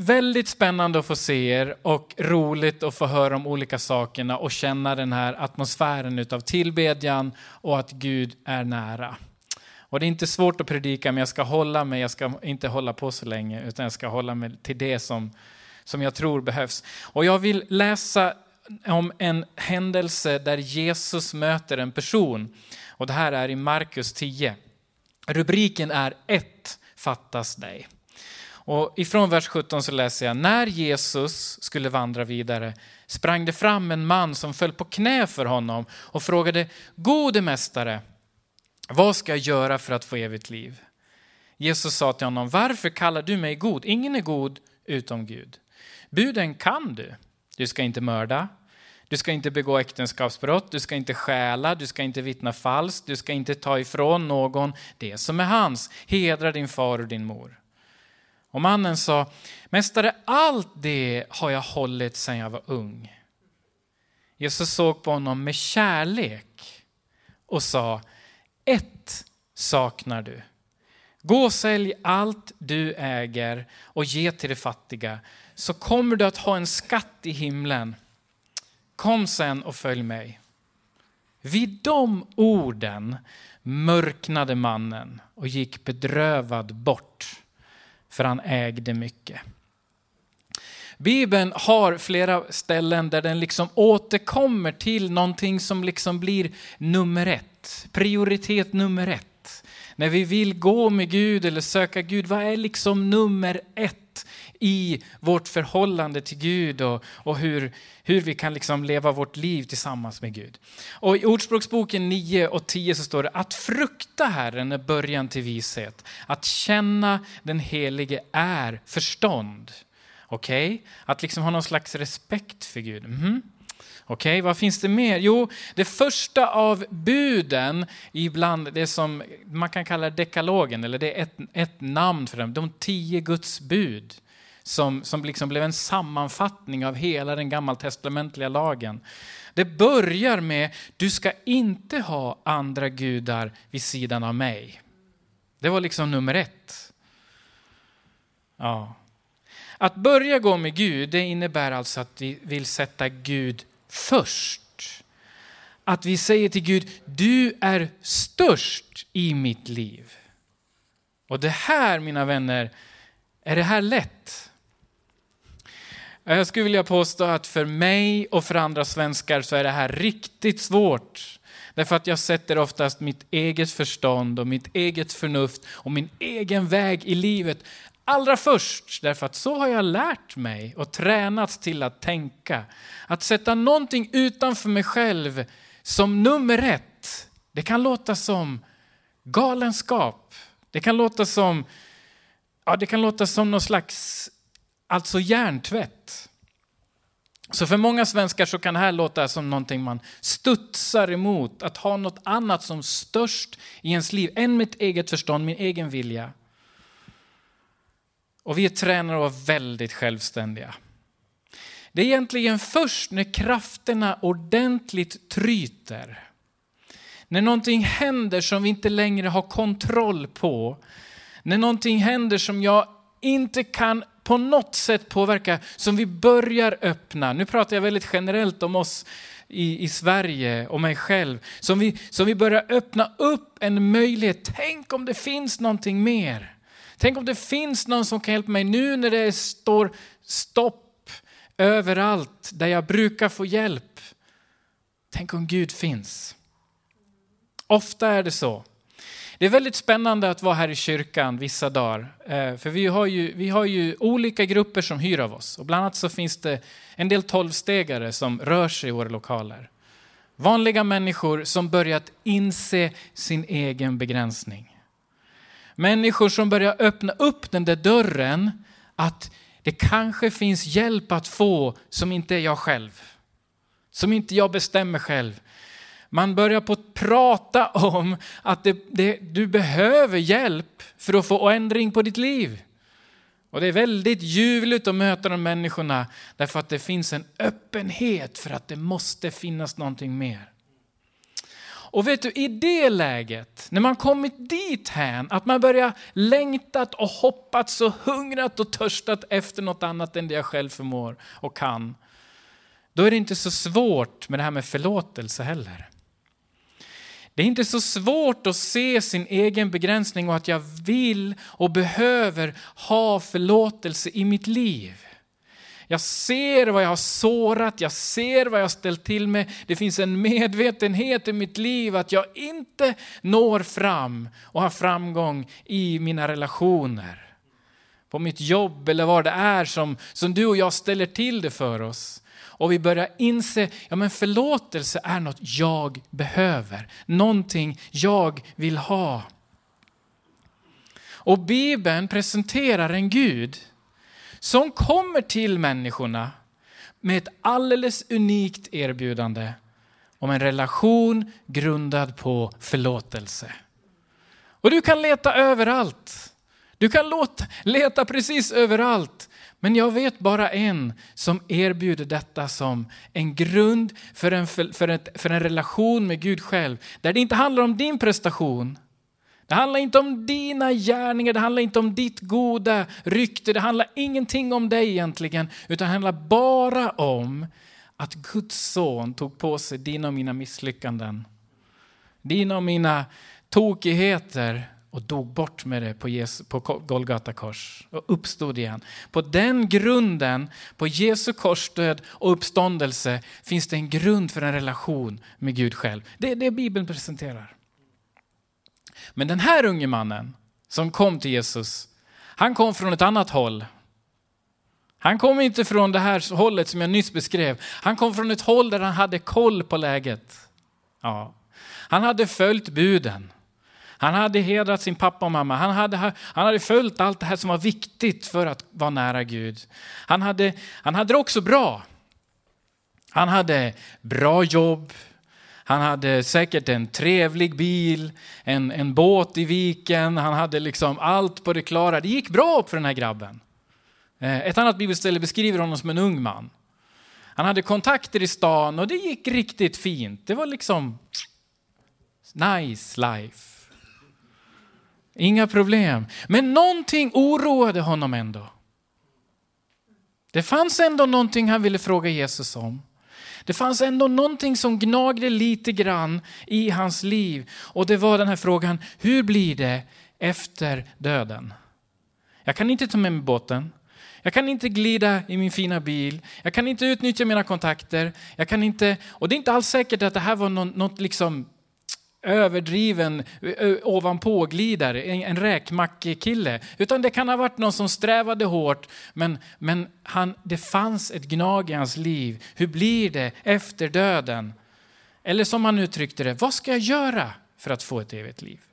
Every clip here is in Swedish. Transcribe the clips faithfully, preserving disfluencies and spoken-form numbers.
väldigt spännande att få se er och roligt att få höra om olika sakerna och känna den här atmosfären utav tillbedjan och att Gud är nära. Och det är inte svårt att predika, men jag ska hålla mig, jag ska inte hålla på så länge, utan jag ska hålla mig till det som, som jag tror behövs. Och jag vill läsa om en händelse där Jesus möter en person. Och det här är i Markus tio. Rubriken är ett fattas dig. Och ifrån vers sjutton så läser jag: när Jesus skulle vandra vidare sprang det fram en man som föll på knä för honom och frågade: gode mästare, vad ska jag göra för att få evigt liv? Jesus sa till honom: varför kallar du mig god? Ingen är god utom Gud. Buden kan du. Du ska inte mörda. Du ska inte begå äktenskapsbrott. Du ska inte stjäla. Du ska inte vittna falskt. Du ska inte ta ifrån någon det som är hans. Hedra din far och din mor. Och mannen sa: mästare, allt det har jag hållit sedan jag var ung. Jesus såg på honom med kärlek och sa: ett saknar du. Gå och sälj allt du äger och ge till de fattiga, så kommer du att ha en skatt i himlen. Kom sen och följ mig. Vid de orden mörknade mannen och gick bedrövad bort, för han ägde mycket. Bibeln har flera ställen där den liksom återkommer till någonting som liksom blir nummer ett. Prioritet nummer ett. När vi vill gå med Gud eller söka Gud, vad är liksom nummer ett i vårt förhållande till Gud och, och hur, hur vi kan liksom leva vårt liv tillsammans med Gud. Och i Ordspråksboken nio och tio så står det: att frukta Herren är början till vishet. Att känna den helige är förstånd. Okej? Okay? Att liksom ha någon slags respekt för Gud. Mm-hmm. Okej, okay, vad finns det mer? Jo, det första av buden, ibland det som man kan kalla dekalogen, eller det är ett, ett namn för dem, de tio Guds bud, som, som liksom blev en sammanfattning av hela den gammaltestamentliga lagen. Det börjar med: du ska inte ha andra gudar vid sidan av mig. Det var liksom nummer ett. Ja. Att börja gå med Gud, det innebär alltså att vi vill sätta Gud först. Att vi säger till Gud: du är störst i mitt liv. Och det här, mina vänner, är det här lätt? Jag skulle vilja påstå att för mig och för andra svenskar så är det här riktigt svårt. Därför att jag sätter oftast mitt eget förstånd och mitt eget förnuft och min egen väg i livet allra först, därför att så har jag lärt mig och tränats till att tänka. Att sätta någonting utanför mig själv som nummer ett, det kan låta som galenskap. Det kan låta som, ja, det kan låta som någon slags, alltså hjärntvätt. Så för många svenskar så kan det här låta som någonting man studsar emot. Att ha något annat som störst i ens liv än mitt eget förstånd, min egen vilja. Och vi är tränare och är väldigt självständiga. Det är egentligen först när krafterna ordentligt tryter. När någonting händer som vi inte längre har kontroll på. När någonting händer som jag inte kan på något sätt påverka. Som vi börjar öppna. Nu pratar jag väldigt generellt om oss i, i Sverige och mig själv. Som vi, som vi börjar öppna upp en möjlighet. Tänk om det finns någonting mer. Tänk om det finns någon som kan hjälpa mig nu när det står stopp överallt där jag brukar få hjälp. Tänk om Gud finns. Ofta är det så. Det är väldigt spännande att vara här i kyrkan vissa dagar. För vi har ju, vi har ju olika grupper som hyr av oss. Och bland annat så finns det en del tolvstegare som rör sig i våra lokaler. Vanliga människor som börjat inse sin egen begränsning. Människor som börjar öppna upp den där dörren att det kanske finns hjälp att få som inte är jag själv. Som inte jag bestämmer själv. Man börjar på att prata om att det, det, du behöver hjälp för att få ändring på ditt liv. Och det är väldigt ljuvligt att möta de människorna därför att det finns en öppenhet för att det måste finnas någonting mer. Och vet du, i det läget, när man kommit dit hän, att man börjar längtat och hoppats och hungrat och törstat efter något annat än det jag själv förmår och kan, då är det inte så svårt med det här med förlåtelse heller. Det är inte så svårt att se sin egen begränsning och att jag vill och behöver ha förlåtelse i mitt liv. Jag ser vad jag har sårat, jag ser vad jag har ställt till med. Det finns en medvetenhet i mitt liv att jag inte når fram och har framgång i mina relationer. På mitt jobb eller vad det är som, som du och jag ställer till det för oss. Och vi börjar inse, ja men förlåtelse är något jag behöver. Någonting jag vill ha. Och Bibeln presenterar en Gud som kommer till människorna med ett alldeles unikt erbjudande om en relation grundad på förlåtelse. Och du kan leta överallt. Du kan låta, leta precis överallt. Men jag vet bara en som erbjuder detta som en grund för en, för, ett, för en relation med Gud själv. Där det inte handlar om din prestation. Det handlar inte om dina gärningar, det handlar inte om ditt goda rykte. Det handlar ingenting om dig egentligen. Utan det handlar bara om att Guds son tog på sig dina och mina misslyckanden. Dina och mina tokigheter. Och dog bort med det på, Jesu, på Golgata kors. Och uppstod igen. På den grunden, på Jesu korsdöd och uppståndelse, finns det en grund för en relation med Gud själv. Det är det Bibeln presenterar. Men den här unge mannen som kom till Jesus, han kom från ett annat håll. Han kom inte från det här hållet som jag nyss beskrev. Han kom från ett håll där han hade koll på läget. Ja. Han hade följt buden. Han hade hedrat sin pappa och mamma. Han hade, han hade följt allt det här som var viktigt för att vara nära Gud. Han hade, han hade det också bra. Han hade bra jobb. Han hade säkert en trevlig bil. En, en båt i viken. Han hade liksom allt på det klara. Det gick bra för den här grabben. Ett annat bibelställe beskriver honom som en ung man. Han hade kontakter i stan och det gick riktigt fint. Det var liksom nice life. Inga problem. Men någonting oroade honom ändå. Det fanns ändå någonting han ville fråga Jesus om. Det fanns ändå någonting som gnagde lite grann i hans liv. Och det var den här frågan, hur blir det efter döden? Jag kan inte ta med mig båten. Jag kan inte glida i min fina bil. Jag kan inte utnyttja mina kontakter. Jag kan inte, och det är inte alls säkert att det här var något, något liksom överdriven ovanpå glidare, en, en räkmackekille, utan det kan ha varit någon som strävade hårt, men, men han, det fanns ett gnag i hans liv. Hur blir det efter döden? Eller som han uttryckte det, vad ska jag göra för att få ett evigt liv?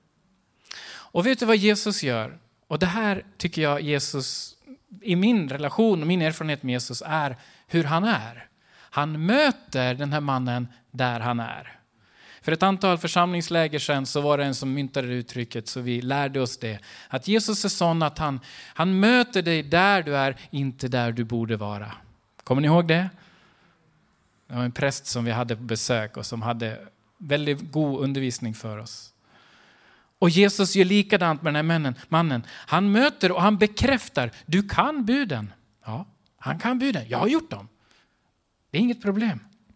Och vet du vad Jesus gör? Och det här tycker jag Jesus, i min relation och min erfarenhet med Jesus, är hur han är. Han möter den här mannen där han är. För ett antal församlingsläger sedan så var det en som myntade det uttrycket, så vi lärde oss det. Att Jesus är sån att han, han möter dig där du är, inte där du borde vara. Kommer ni ihåg det? Det var en präst som vi hade på besök och som hade väldigt god undervisning för oss. Och Jesus gör likadant med den här mannen. mannen. Han möter och han bekräftar, du kan buden. Ja, han kan buden. Jag har gjort dem. Det är inget problem.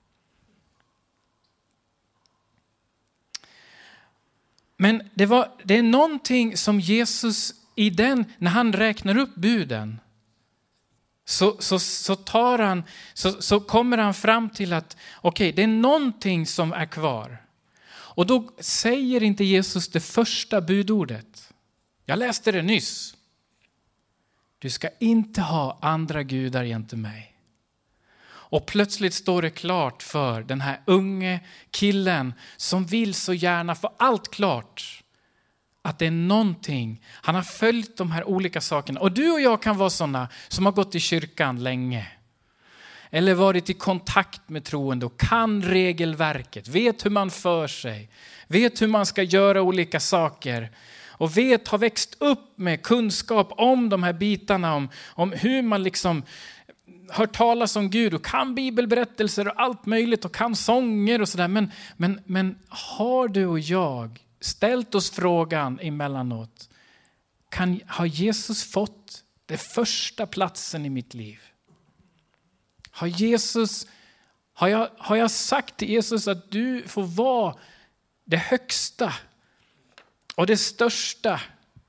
Men det, var, det är någonting som Jesus i den, när han räknar upp buden, så, så, så, tar han, så, så kommer han fram till att okej, okay, det är någonting som är kvar. Och då säger inte Jesus det första budordet. Jag läste det nyss. Du ska inte ha andra gudar jämte mig. Och plötsligt står det klart för den här unge killen som vill så gärna få allt klart. Att det är någonting. Han har följt de här olika sakerna. Och du och jag kan vara sådana som har gått i kyrkan länge. Eller varit i kontakt med troende och kan regelverket. Vet hur man för sig. Vet hur man ska göra olika saker. Och vet, har växt upp med kunskap om de här bitarna. Om, om hur man liksom hört talas om Gud och kan bibelberättelser och allt möjligt och kan sånger och sådär. Men, men, men har du och jag ställt oss frågan emellanåt, kan, har Jesus fått det första platsen i mitt liv? Har Jesus, har jag, har jag sagt till Jesus att du får vara det högsta och det största?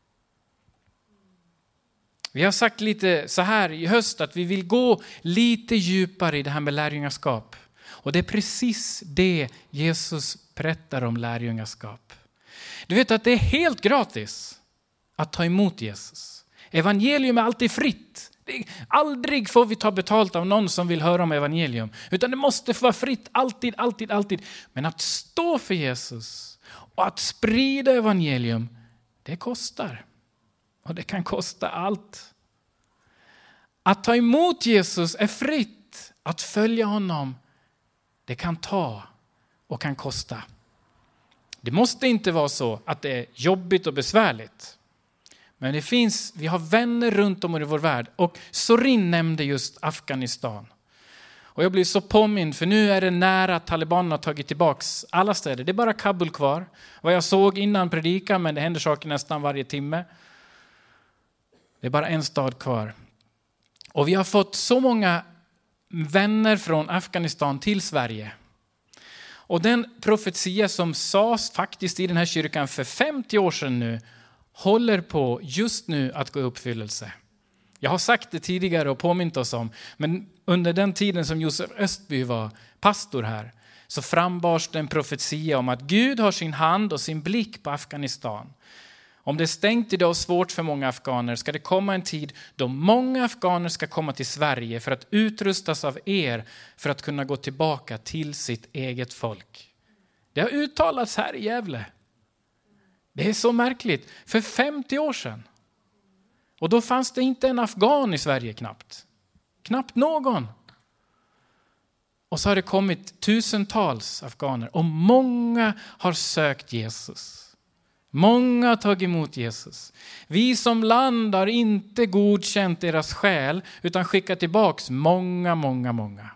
Vi har sagt lite så här i höst att vi vill gå lite djupare i det här med lärjungaskap. Och det är precis det Jesus berättar om lärjungaskap. Du vet att det är helt gratis att ta emot Jesus. Evangelium är alltid fritt. Aldrig får vi ta betalt av någon som vill höra om evangelium. Utan det måste få vara fritt, alltid, alltid, alltid. Men att stå för Jesus och att sprida evangelium, det kostar. Och det kan kosta allt. Att ta emot Jesus är fritt. Att följa honom, det kan ta och kan kosta. Det måste inte vara så att det är jobbigt och besvärligt. Men det finns, vi har vänner runt om i vår värld. Och Sorin nämnde just Afghanistan. Och jag blir så påmind, för nu är det nära att talibanerna har tagit tillbaka alla städer. Det är bara Kabul kvar. Vad jag såg innan predikan, men det händer saker nästan varje timme. Det är bara en stad kvar. Och vi har fått så många vänner från Afghanistan till Sverige. Och den profetia som sades faktiskt i den här kyrkan för femtio år sedan nu, håller på just nu att gå i uppfyllelse. Jag har sagt det tidigare och påmint oss om, men under den tiden som Josef Östby var pastor här, så frambars det en profetia om att Gud har sin hand och sin blick på Afghanistan. Om det är stängt idag och svårt för många afghaner, ska det komma en tid då många afghaner ska komma till Sverige för att utrustas av er för att kunna gå tillbaka till sitt eget folk. Det har uttalats här i Gävle. Det är så märkligt. För femtio år sedan. Och då fanns det inte en afghan i Sverige knappt. Knappt någon. Och så har det kommit tusentals afghaner. Och många har sökt Jesus. Många har tagit emot Jesus. Vi som land har inte godkänt deras själ, utan skickat tillbaks många, många, många.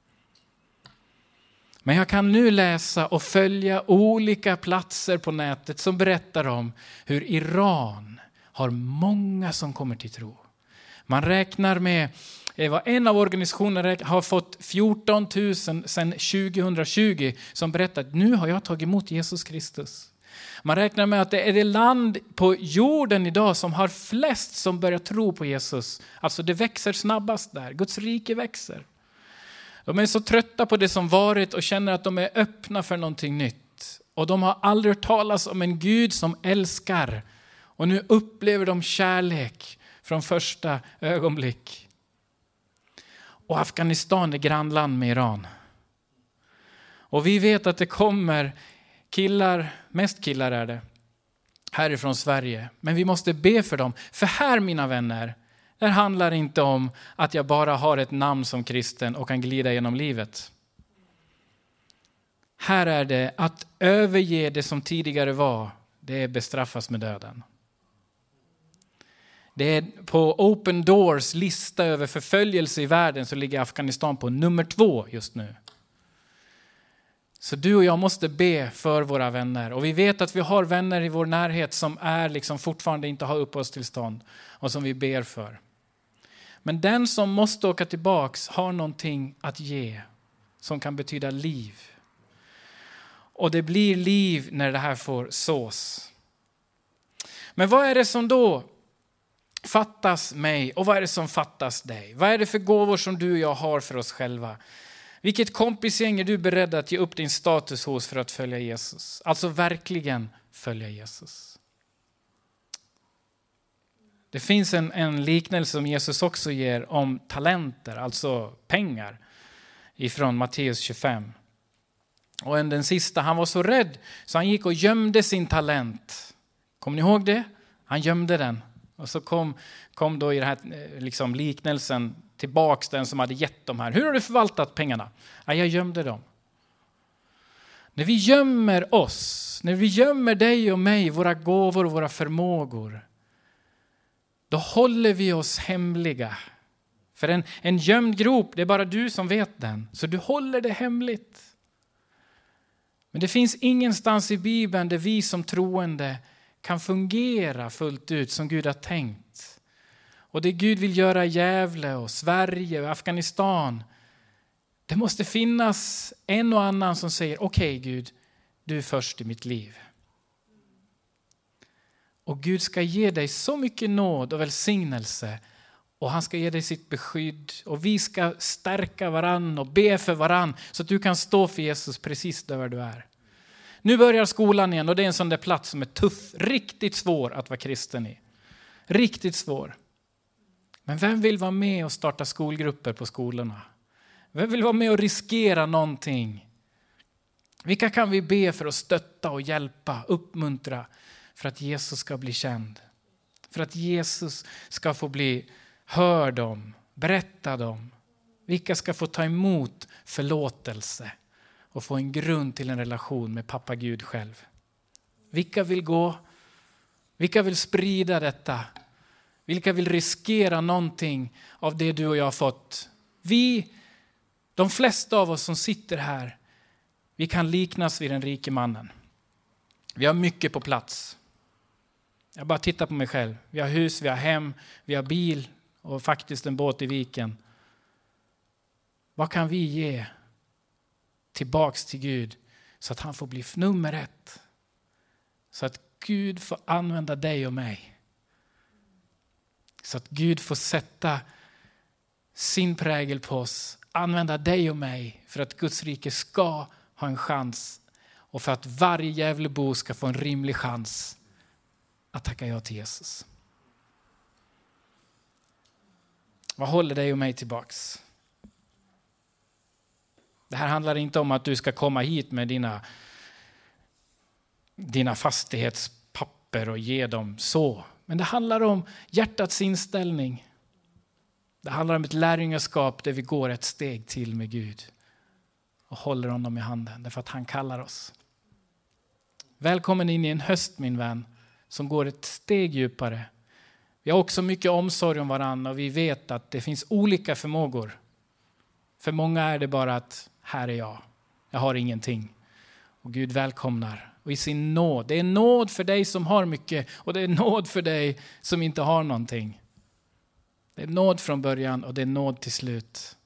Men jag kan nu läsa och följa olika platser på nätet som berättar om hur Iran har många som kommer till tro. Man räknar med, en av organisationerna har fått fjorton tusen sedan tjugohundratjugo som berättar att nu har jag tagit emot Jesus Kristus. Man räknar med att det är det land på jorden idag som har flest som börjar tro på Jesus. Alltså det växer snabbast där. Guds rike växer. De är så trötta på det som varit och känner att de är öppna för någonting nytt. Och de har aldrig hört talas om en Gud som älskar. Och nu upplever de kärlek från första ögonblick. Och Afghanistan är grannland med Iran. Och vi vet att det kommer killar, mest killar är det, härifrån Sverige. Men vi måste be för dem. För här, mina vänner, det handlar inte om att jag bara har ett namn som kristen och kan glida genom livet. Här är det att överge det som tidigare var, det bestraffas med döden. Det är på Open Doors lista över förföljelse i världen, så ligger Afghanistan på nummer två just nu. Så du och jag måste be för våra vänner. Och vi vet att vi har vänner i vår närhet som är liksom fortfarande inte har uppehållstillstånd och som vi ber för. Men den som måste åka tillbaks har någonting att ge som kan betyda liv. Och det blir liv när det här får sås. Men vad är det som då fattas mig och vad är det som fattas dig? Vad är det för gåvor som du och jag har för oss själva? Vilket kompisgäng är du beredd att ge upp din status hos för att följa Jesus? Alltså verkligen följa Jesus. Det finns en, en liknelse som Jesus också ger om talenter, alltså pengar, ifrån Matteus tjugofem. Och en, den sista, han var så rädd så han gick och gömde sin talent. Kommer ni ihåg det? Han gömde den. Och så kom, kom då i den här liksom, liknelsen tillbaks den som hade gett dem här. Hur har du förvaltat pengarna? Ja, jag gömde dem. När vi gömmer oss, när vi gömmer dig och mig, våra gåvor och våra förmågor, då håller vi oss hemliga För en, en gömd grop, det är bara du som vet den. Så du håller det hemligt. Men det finns ingenstans i Bibeln där vi som troende kan fungera fullt ut som Gud har tänkt. Och det Gud vill göra i Gävle och Sverige och Afghanistan. Det måste finnas en och annan som säger, okej okay, Gud, du är först i mitt liv. Och Gud ska ge dig så mycket nåd och välsignelse. Och han ska ge dig sitt beskydd. Och vi ska stärka varann och be för varann. Så att du kan stå för Jesus precis där du är. Nu börjar skolan igen och det är en sån där plats som är tuff. Riktigt svår att vara kristen i. Riktigt svår. Men vem vill vara med och starta skolgrupper på skolorna? Vem vill vara med och riskera någonting? Vilka kan vi be för att stötta och hjälpa, uppmuntra för att Jesus ska bli känd? För att Jesus ska få bli hörd om, berättad om. Vilka ska få ta emot förlåtelse och få en grund till en relation med pappa Gud själv? Vilka vill gå? Vilka vill sprida detta? Vilka vill riskera någonting av det du och jag har fått? Vi, de flesta av oss som sitter här, vi kan liknas vid den rike mannen. Vi har mycket på plats. Jag bara tittar på mig själv. Vi har hus, vi har hem, vi har bil och faktiskt en båt i viken. Vad kan vi ge tillbaks till Gud så att han får bli nummer ett? Så att Gud får använda dig och mig. Så att Gud får sätta sin prägel på oss. Använda dig och mig för att Guds rike ska ha en chans. Och för att varje Gävlebo ska få en rimlig chans att tacka ja till Jesus. Vad håller dig och mig tillbaks? Det här handlar inte om att du ska komma hit med dina, dina fastighetspapper och ge dem så. Men det handlar om hjärtats inställning. Det handlar om ett lärjungaskap där vi går ett steg till med Gud. Och håller honom i handen därför att han kallar oss. Välkommen in i en höst min vän som går ett steg djupare. Vi har också mycket omsorg om varandra och vi vet att det finns olika förmågor. För många är det bara att här är jag. Jag har ingenting. Och Gud välkomnar. Och i sin nåd. Det är nåd för dig som har mycket. Och det är nåd för dig som inte har någonting. Det är nåd från början och det är nåd till slut.